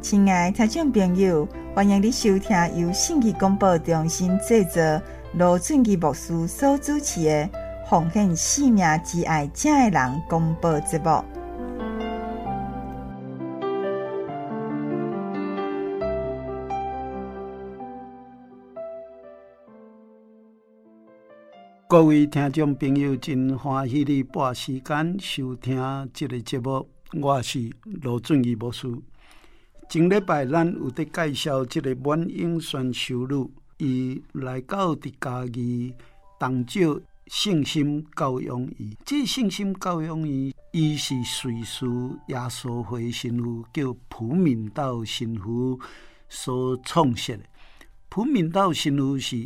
亲爱的听众朋友，欢迎你收听由信息广播中心制作、罗俊基牧师所主持的《奉献生命之爱正的人》广播节目。 各位听众朋友，真欢喜你拨时间收听这个节目，我是罗俊义牧师。前礼拜咱有在介绍这个阮永宣修女，伊来到伫家己东少圣心教养院。这圣心教养院，伊是瑞士耶稣会神父叫普敏道神父所创设的。普敏道神父是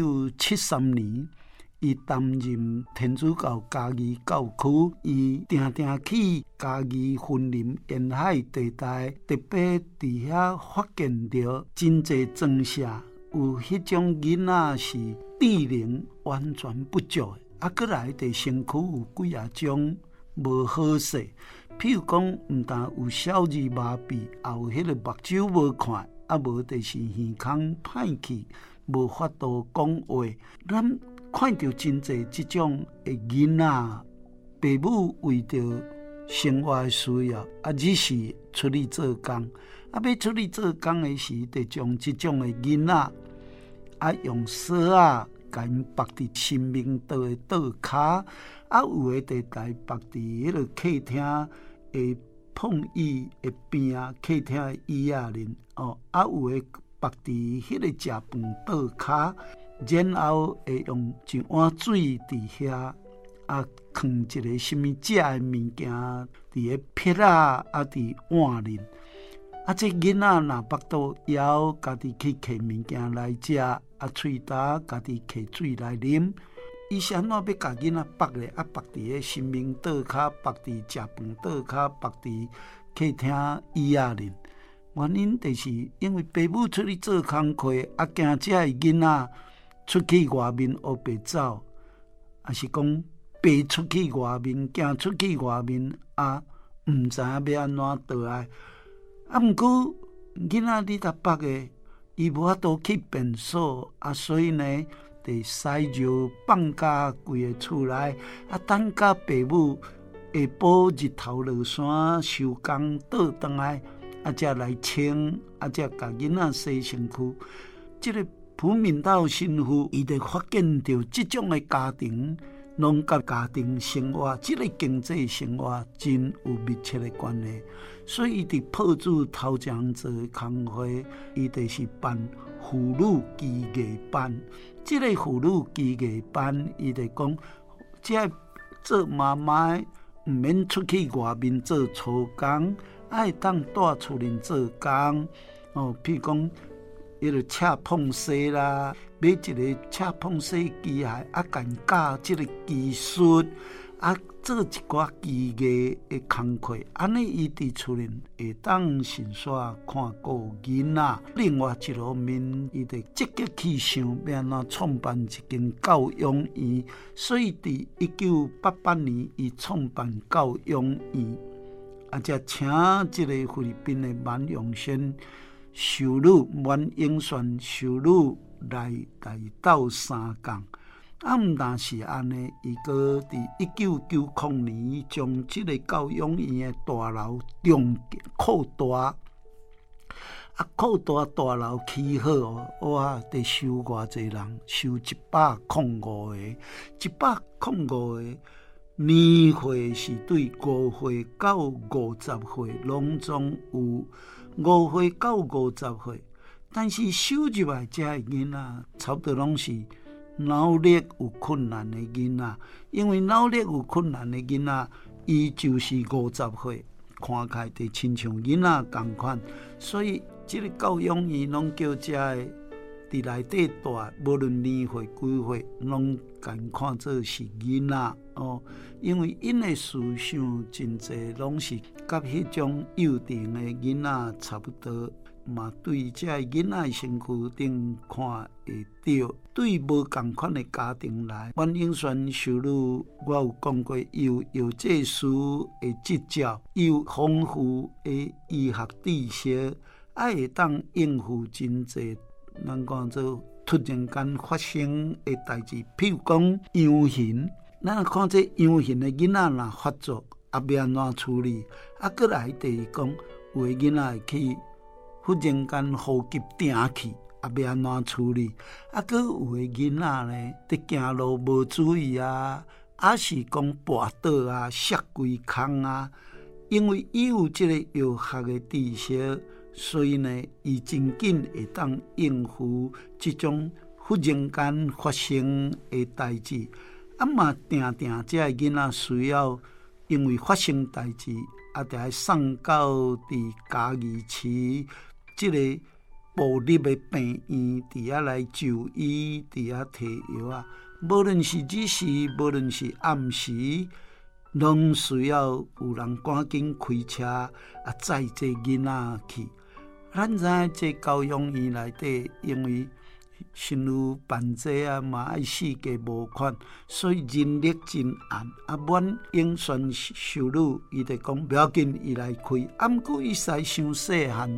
1973年。伊担任天主教嘉义教区，伊定定去嘉义森林沿海地带，特别伫遐发现到真侪庄舍有迄种囡仔是智能完全不足的，过来伫身躯有几种无好势，譬如讲，毋但有小儿麻痹，也有迄个目睭无看，无就是耳孔歹去，无法度讲话，咱。看到真侪即种的囡仔，父母为着生活的需要，日时出去做工，要出去做工的时，就将即种的囡仔，用绳甲因绑伫生命道的道骹，有的就来绑伫迄个客厅的碰椅的边客厅的椅仔面，有的绑伫迄个食饭道骹。然后会用一碗水伫遐，放一个什么食的物件伫个撇伫碗里。这囡仔若腹肚枵，家己去摕物件来食，喙焦家己摕水来啉。伊是安怎要甲囡仔绑咧？绑伫个生命道骹，绑伫食饭道骹，绑伫客厅椅仔里。原因就是因为父母出去做工课，惊这个囡仔。出去外面学白走，还是讲爸出去外面，惊出去外面毋知影要安怎倒来。毋过囡仔你若绑的，伊无法度去便所，所以呢，得使就放假规个厝内，等甲爸母下晡日头落山收工倒转来，才来清，才甲囡仔洗身躯。这个普敏道神父，伊就发现到即种的家庭，拢甲家庭生活、即个经济生活真有密切的关系。所以，伊伫破主头前做工会，伊就是办妇女基艺班。即个妇女基艺班，伊就讲，即做妈妈毋免出去外面做粗工，会当住厝里做工。譬如讲。迄个车碰洗啦，买一个车碰洗机械，甲因教即个技术，做一寡技艺的工课，安尼伊伫厝里会当顺续看顾囡仔。另外一方面，伊就积极去想要安怎创办一间教养院，所以伫1988年，伊创办教养院，才请即个菲律宾的万永轩。修女阮永宣修女来斗3工，毋但是安尼，伊搁伫1990年将即个教养院的大楼扩大，扩大大楼起好哇，得收偌济人，收105个，105个。年岁是对5岁到50岁，拢总有。5岁到50岁，但是收入来这囡仔，差不多拢是脑力有困难的囡仔。因为脑力有困难的囡仔，伊就是50岁，看起来就亲像囡仔同款。所以，这个教养院拢叫这个伫内底住，无论年岁几岁，拢共看做是囡仔因为因的思想真侪拢是甲迄种幼稚的囡仔差不多，嘛对这囡仔的身躯顶看会到。对无同款的家庭来，阮永宣修女我有讲过，有药剂师的执照，有丰富的医学知识， 会当应付真济咱讲做突然间发生的代志，譬如讲羊群，咱看这羊群的囡仔若发作，要安怎处理？过来第二讲，有的囡仔会去忽然间呼吸停去，要安怎处理？搁有的囡仔呢，伫行路无注意是讲跋倒摔规空因为伊有这个药学的知识，所以呢，伊真紧会当应付这种忽然间发生的代志。嘛，定这个囡仔需要因为发生代志，就要送到伫嘉义市这个部立的病院，伫遐来就医，伫遐摕药无论是日时，无论是暗时，拢需要有人赶紧开车载这囡仔去。咱知影这教养院内底，因为身有办济嘛爱四界无款，所以人力真暗。阮永宣修女伊就讲不要紧，伊来开。毋过伊使伤细汉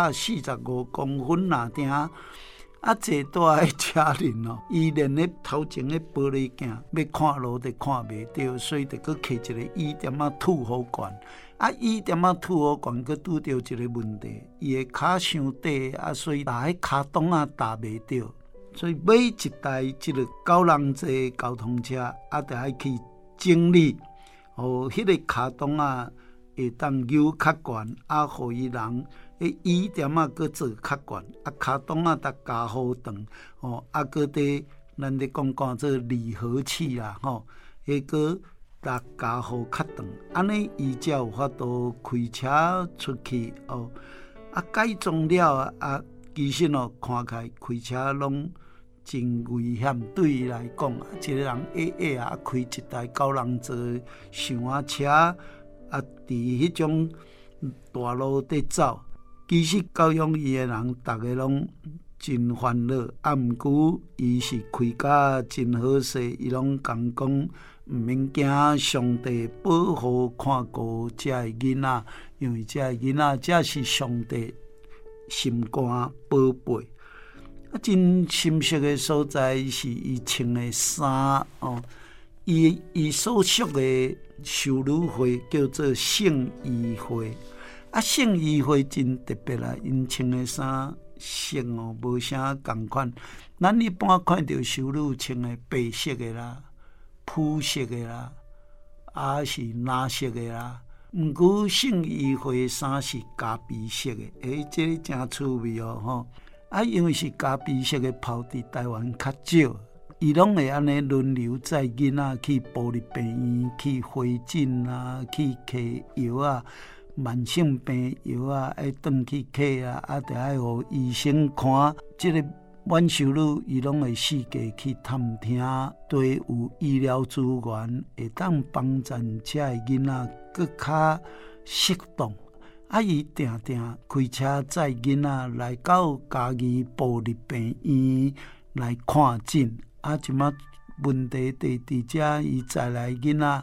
，145公分定。这大的车轮伊连咧头前的玻璃镜要看路就看袂到，所以就搁摕一个椅点吐好管。椅点吐好管，搁拄到一个问题，伊的骹伤短所以打迄骹洞踏袂到，所以每一台这个9人座交通车就爱去整理，迄个骹洞会当扭较悬，互伊人。椅点搁做较悬，骹洞搭加好长，搁伫咱咧讲做离合器啦，搁搭加好较长，安尼伊才有法度开车出去改装了其实看起来开车拢真危险，对伊来讲一个人开一台9人座厢仔车伫迄种大路底走。其实教养院的人，大家拢真烦恼。毋过伊是开甲真好势，伊拢讲毋免惊，上帝保护看顾这个囡仔，因为这个囡仔才是上帝心肝宝贝。真深色的所在是伊穿的衫伊所属的修女会叫做圣衣会。圣衣会真特别啦，因穿的衫色无啥同款。咱一般看到修女穿的白色的啦、朴色的啦，是蓝色的啦。毋过圣衣会衫是咖啡色的，这真趣味因为是咖啡色的，跑伫台湾较少，伊拢会安尼轮流载囡仔去部立病院去回诊去摕药慢性病药爱转去摕就爱互医生看。这个阮修女伊拢会四界去探听，对有医疗资源会当帮助这个囡仔更较适当。伊定定开车载囡仔来到嘉义部立病院来看诊。即马问题伫遮，伊载来囡仔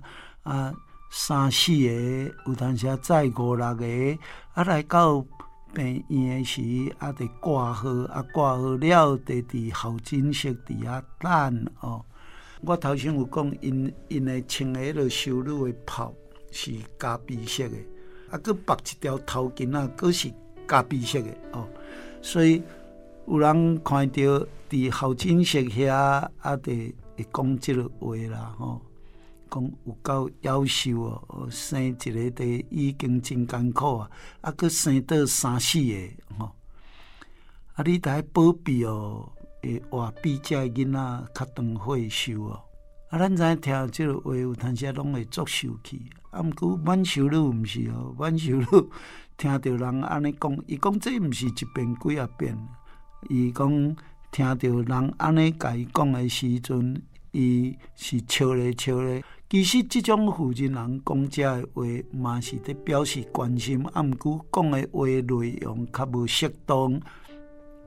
3、4个，有当时载5、6个，来到病院的时，得挂号，挂号了，得伫候诊室伫遐等我头先有讲，因的穿的迄个修女的袍是咖啡色的，佮绑一条头巾佮是咖啡色的所以有人看到伫候诊室遐，得会讲即个话啦讲有够夭寿生一个地已经真艰苦佮生到3、4个你得保庇会活比这囡仔较长岁寿咱知听即个话有当时拢会作受气，毋过阮修女毋是阮修女听到人安尼讲，伊讲这毋是一遍几啊遍，伊讲听到人安尼甲伊讲的时阵，伊是笑咧。其实这种负责人讲这的话，嘛是在表示关心，毋过讲的话内容较无适当。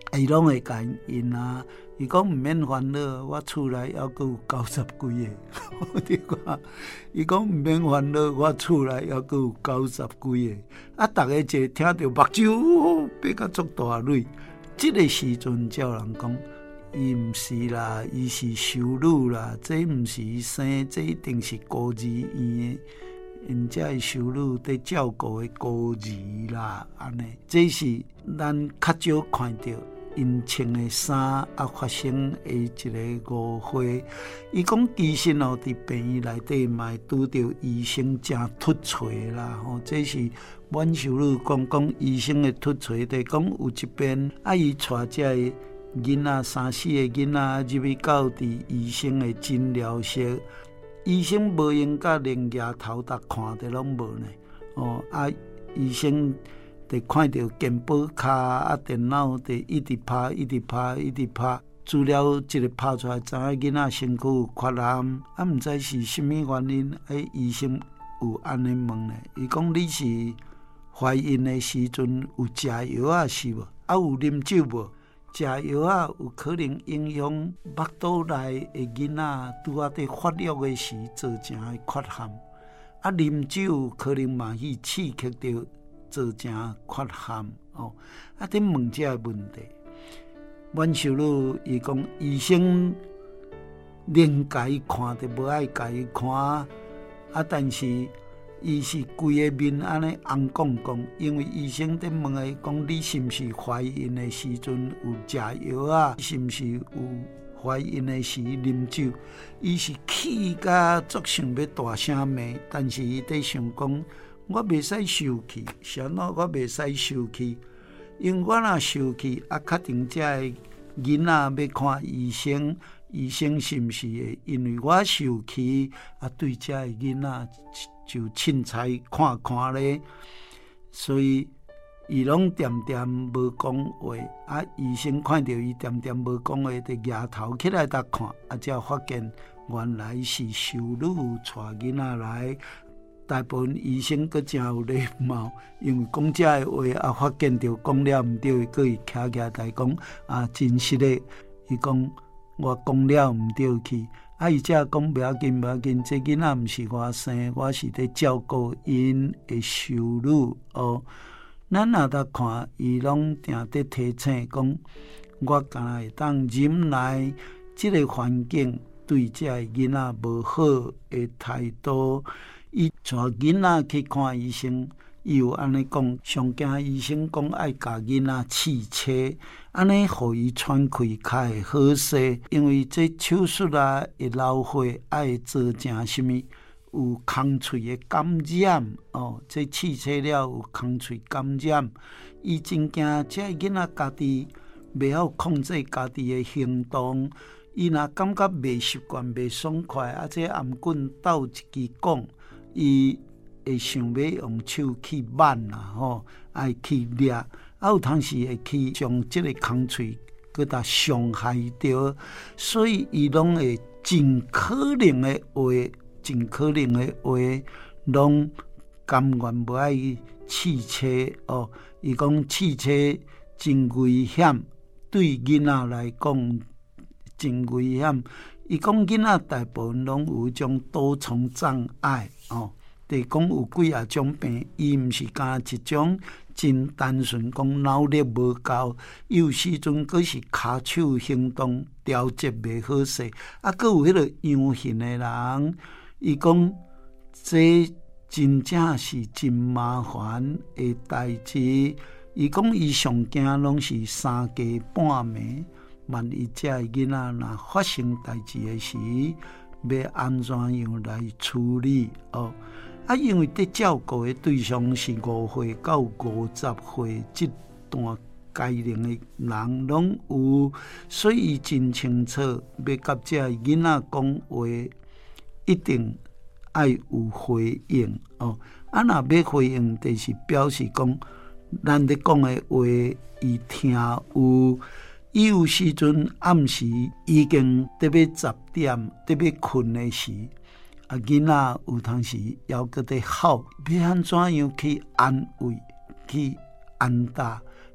伊拢会甲因啊。伊讲毋免烦恼，我厝内还佫有90几个，你看，伊讲毋免烦恼，我厝内还佫有90几个。啊，逐个一听到目睭变甲足大蕊，即个时阵才有人讲，伊毋是啦，伊是修女啦，这毋是伊生，这一定是孤儿院的，因遮的修女在照顾的孤儿啦，安尼，这是咱较少看到。因穿的衫啊，发生的一个误会。伊讲其实哦，伫病院内底嘛拄着医生真突锤啦，吼，这是阮修女讲医生的突锤，就讲有一边啊，伊带遮的囡仔3、4个囡仔入去到伫医生的诊疗室，医生无用甲连额头搭看的拢无呢，哦啊，医生。就看到健保卡啊，电脑就一直拍，资料一个拍出来，知影囡仔身躯有缺陷，啊，毋知是甚物原因，医生有安尼问咧，伊讲你是怀孕的时阵有食药啊是无？啊有啉酒无？食药啊有可能影响腹肚内的囡仔拄啊伫发育的时造成的缺陷，啊啉酒可能嘛去刺激到。造成缺陷哦，啊！伫问这个问题，阮修女伊讲医生连甲伊看都无爱甲伊看啊，但是伊是规个面安尼红光光，因为医生伫问伊讲你是毋是怀孕的时阵有食药啊？是毋是有怀孕的时啉酒？伊是气甲足想要大声骂，但是伊伫想讲。我袂使受气，啥喏？我袂使受气，因为我若受气，啊，确定这个囡仔要看医生，医生是毋是会因为我受气，啊，对这个囡仔就凊彩看咧，所以伊拢点无讲话，啊，医生看到伊点无讲话，就举头起来搭看，啊，才发现原来是修女带囡仔来。大部分医生佫真有礼貌，因为讲这个话啊，发现着讲了毋对，佫伊徛起来讲啊，真实的。伊讲我讲了毋对去，啊，伊才讲不要紧，这囡仔毋是我生，我是伫照顾因的修女哦。咱若搭看，伊拢定伫提醒讲，我敢会当忍耐即个环境对这个囡仔无好的态度。伊带囡仔去看医生，伊有安尼讲，上惊医生讲爱甲囡仔试车，安尼互伊喘气较会好势，因为这手术啊会流血，会造成什么有空喙的感染哦，这试车了有空喙感染，伊真惊这囡仔家己袂晓控制家己的行动，伊若感觉袂习惯、袂爽快，啊，这颔棍斗一支讲。伊会想要用手去挽啦，吼，爱去掠，啊，有当时会去将即个空喙佮他伤害着，所以伊拢会尽可能的话，拢甘愿无爱试车哦。伊讲试车真危险，对囡仔来讲真危险。伊讲囡仔大部分拢有一种多重障碍哦，就是讲有几啊种病，伊毋是干一种真单纯讲脑力无够，有时阵佫是骹手行动调节袂好势，啊，佫有迄个阳性的人，伊讲这真正是真麻烦的代志。伊讲伊上惊拢是三更半暝。万一这囡仔若发生代志的时，要安怎样来处理哦？啊，因为伫照顾的对象是5岁到50岁这段阶龄的人拢有，所以伊真清楚要甲这囡仔讲话，一定爱有回应哦。啊，若要回应，就是表示讲，咱咧讲的话，伊听有。伊有时阵暗时已经得要10点，得要困的时，啊，囡仔有当时还佫在哭，要安怎样去安慰、去安搭，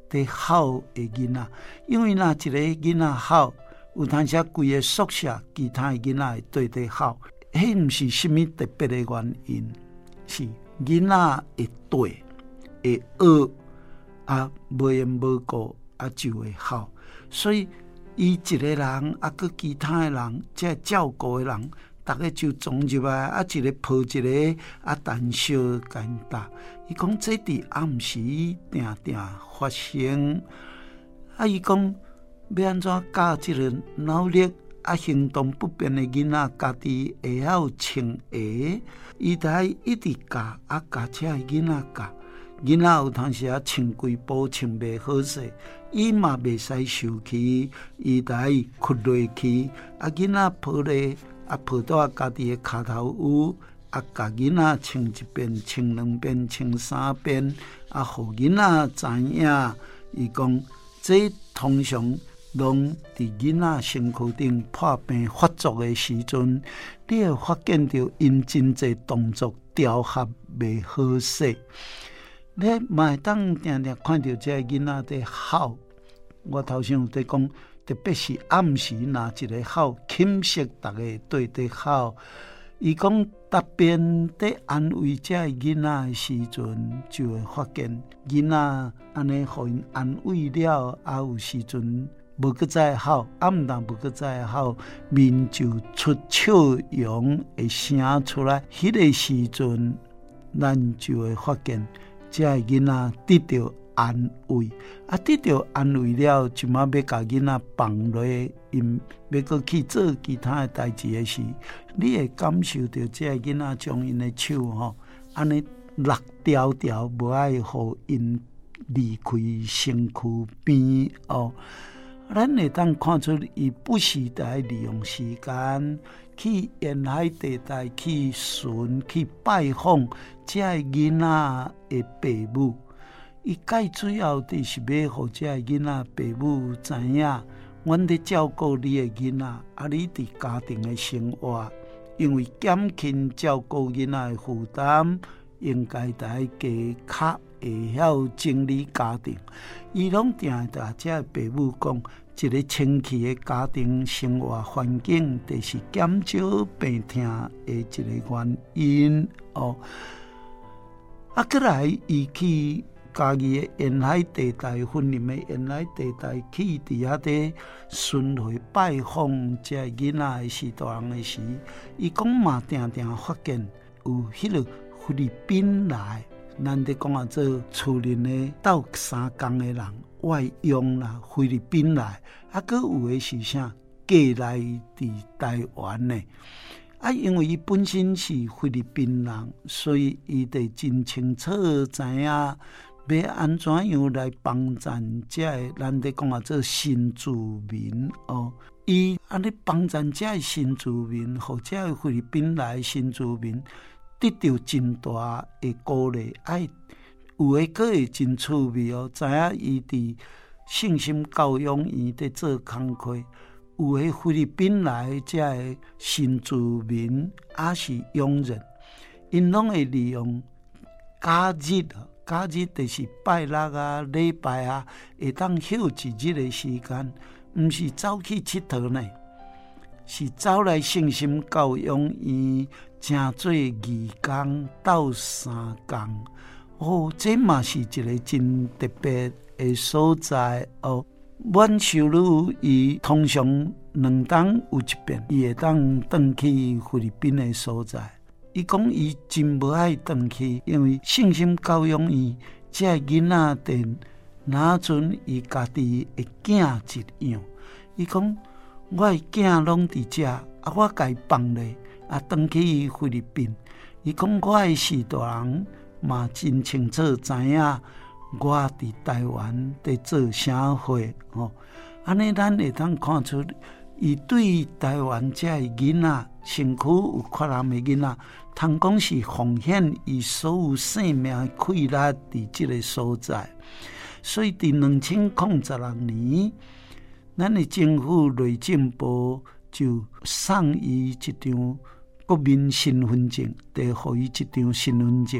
在好的囡仔，因为若一个囡仔好，有通时规个宿舍其他的囡仔会对得好，迄毋是什么特别的原因，是囡仔会对会学啊，无缘无故啊就会好，所以伊一个人啊，佮其他的人，即照顾的人。大家就撞入来，啊，一个抱一个，啊，但小简单。伊讲这伫暗时定定发生，啊，伊讲要安怎教即个脑力啊行动不便的囡仔，家己会晓穿鞋，伊得一直教啊，教遮囡仔教。囡仔有当时啊穿几步穿袂好势，伊嘛袂使受气，伊得屈落去，啊，囡仔抱咧。啊，抱到家己的骹头有，啊，甲囡仔穿一遍、穿两遍、穿三遍，啊，互囡仔知影。伊讲，这通常拢伫囡仔身躯顶破病发作的时阵，你会发现到因真济动作调合袂好势。你嘛会当定定看到这囡仔在哭。我头先有在讲。特别是暗时拿一个口倾泻，大家对得好。伊讲特别在安慰这囡仔的时阵，就会发现囡仔安尼互因安慰了，啊有时阵无搁再好，啊毋但无搁再好，面就出笑容的声出来。迄个时阵，咱就会发现这囡仔得到安慰，啊，得到安慰了，就嘛要甲囡仔放落，因要搁去做其他的代志的时，你会感受到这个囡仔将因的手吼，安尼落条条，无爱互因离开身躯边哦。咱会当看出伊不时在利用时间去沿海地带去巡去拜访这个囡仔的父母。伊介主要就是要互这个囡仔父母知影，阮伫照顾你的囡仔，啊，你伫家庭的生活，因为减轻照顾囡仔的负担，应该在加会晓整理家庭。伊拢定甲这个父母讲，一个清气的家庭生活环境，就是减少病痛的一个原因哦。啊，过来伊去。家己的沿海地带、森林的沿海地带，去伫遐底巡回拜访这囡仔的时大人的时，伊讲嘛定定发现有迄个菲律宾来，咱伫讲啊做厝人的斗三工的人外佣啦，菲律宾来，啊，佮有的是啥嫁来伫台湾的。啊，因为伊本身是菲律宾人，所以伊得真清楚知影。要安怎样来帮衬这个咱伫讲啊做新住民哦？伊安尼帮衬这个新住民，或者菲律宾来新住民得到真大的鼓励，有诶个会真趣味哦。知影伊伫信心教养院伫做工课，有诶菲律宾来这个新住民也是佣人，因拢会利用假日。假日就是拜六啊、礼拜啊，会当休一日的时间，毋是走去佚佗呢，是走来信心教养院，正做义工斗三工。哦，这嘛是一个真特别的所在哦。阮收入伊通常2冬有一遍，伊会当转去菲律宾的所在。伊讲伊真无爱转去，因为信心教养院这囡仔电哪阵伊家己的囝一样。伊讲我的囝拢伫遮，啊，我家放咧，啊，转去菲律宾。伊讲我的士大人嘛真清楚知影，我伫台湾伫做啥货哦。安尼咱会当看出。伊对台湾这个囡仔，身躯有缺陷的囡仔，通讲是奉献伊所有生命的气力伫这个所在。所以伫2006年，咱的政府内政部就送伊一张国民身份证，得互伊一张身份证，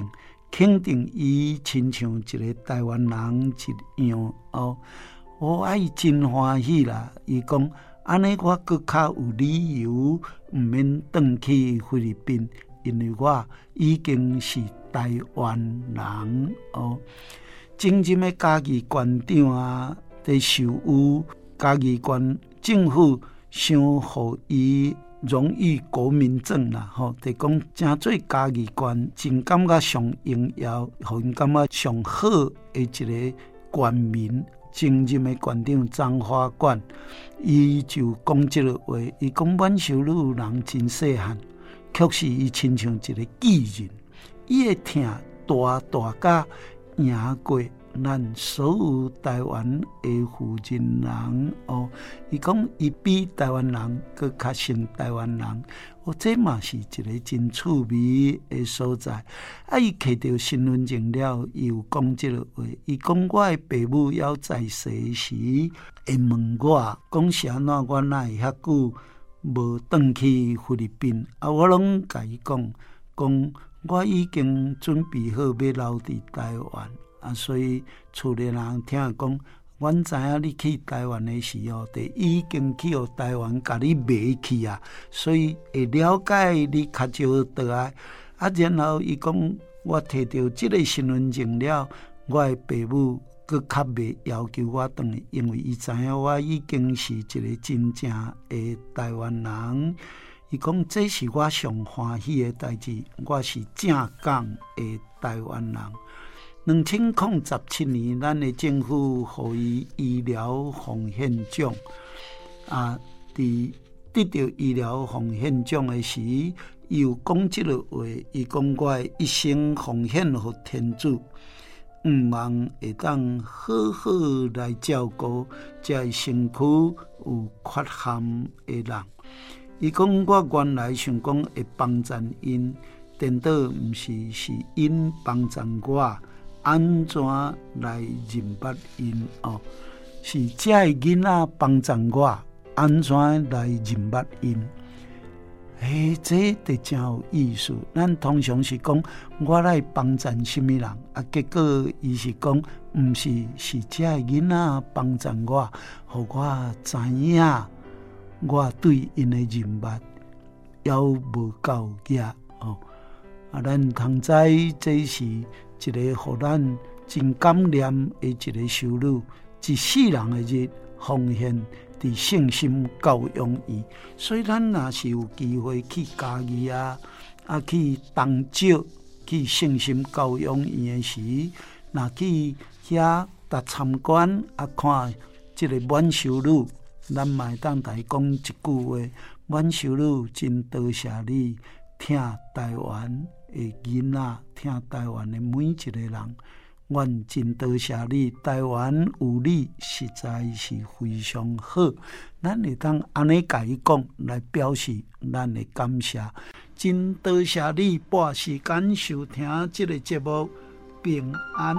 肯定伊亲像一个台湾人一样哦。伊真欢喜啦，伊讲安尼我搁较有理由毋免转去菲律宾，因为我已经是台湾人哦。前任的嘉义县长啊，在受邀嘉义县政府想互伊荣誉国民证啦，就讲真做嘉义县真感觉上荣耀，互因感觉上好的一个县民。前任的县长张华冠，伊就讲这个话，伊讲阮收入人真细汉，确实伊亲像一个巨人，伊的疼大甲赢过咱所有台湾的负人人哦。伊讲伊比台湾人搁较像台湾人，这嘛是一个真趣味的所在。伊摕到身份证了，伊有讲这个话。伊讲我的爸母要在世时会问我，讲是安怎我哪会遐久无转去菲律宾？我拢甲伊讲我已经准备好要留伫台湾。所以厝里人听讲，阮知影你去台湾的时候，就已经去到台湾，甲你卖去啊，所以会了解你较少倒来。然后伊讲，我摕到这个身份证了，我的爸母佫较袂要求我转去，因为伊知影我已经是一个真正的台湾人。伊讲这是我上欢喜的代志，我是正港的台湾人。2007年，咱的政府予伊医疗奉献奖伫得到医疗奉献奖的时，伊有讲这个话，伊讲我的一生奉献给天主，望会当好好来照顾这身躯有缺陷的人。伊讲我原来想讲会帮衬因，颠倒毋是因帮衬我。安怎来认捌因哦？是这个囡仔帮衬我，安怎来认捌因？这就真有意思。咱通常是讲我来帮衬什么人结果伊是讲毋是，是这个囡仔帮衬我，互我知影我对因的认捌犹无够额哦。咱通知这是一个互咱真感念的一个修女，一世人的日奉献伫圣心教养院。所以咱若是有机会去嘉义去东石去圣心教养院的时，若去遐搭参观看这个阮修女，咱嘛会当来讲一句话：阮修女真多谢你，听台湾的囡仔，听台湾的每一个人，阮真多谢你，台湾有你实在是非常好。咱会当安尼甲伊讲，来表示咱的感谢。真多谢你拨时间收听这个节目，平安。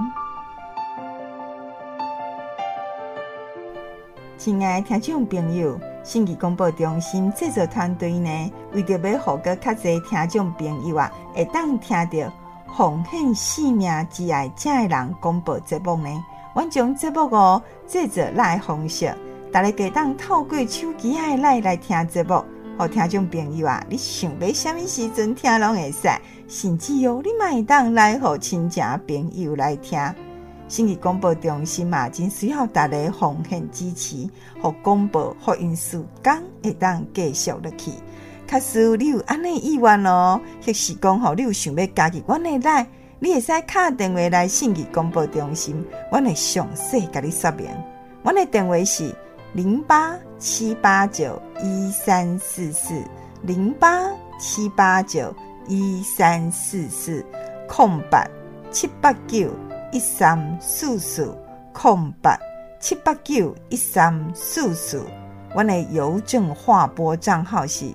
亲爱的听众朋友，信义广播中心制作团队呢，为着要互个较侪听众朋友会当听到奉献性命之爱这个人广播节目呢，阮将节目制作来方式，大家可当透过手机来听节目。互听众朋友你想要什么时阵听拢会使，甚至你嘛会当来互亲戚朋友来听。信义广播中心真需要大家奉献支持，互广播福音事工会当继续落去。假使你有安尼意愿或是讲你有想要加入阮的来，你会使打电话来信义广播中心，阮会详细甲你说明。阮的电话是08-789-1344，08-789-1344，空白789-1344，08-789-1344。阮的邮政划拨账号是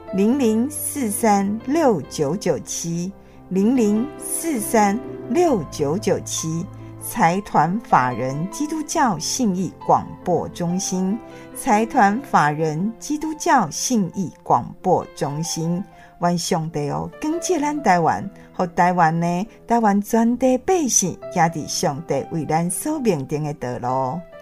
00436997，00436997。财团法人基督教信义广播中心，财团法人基督教信义广播中心。 愿上帝警戒咱台湾，互台湾全地百姓行伫上帝为咱所命定的道路。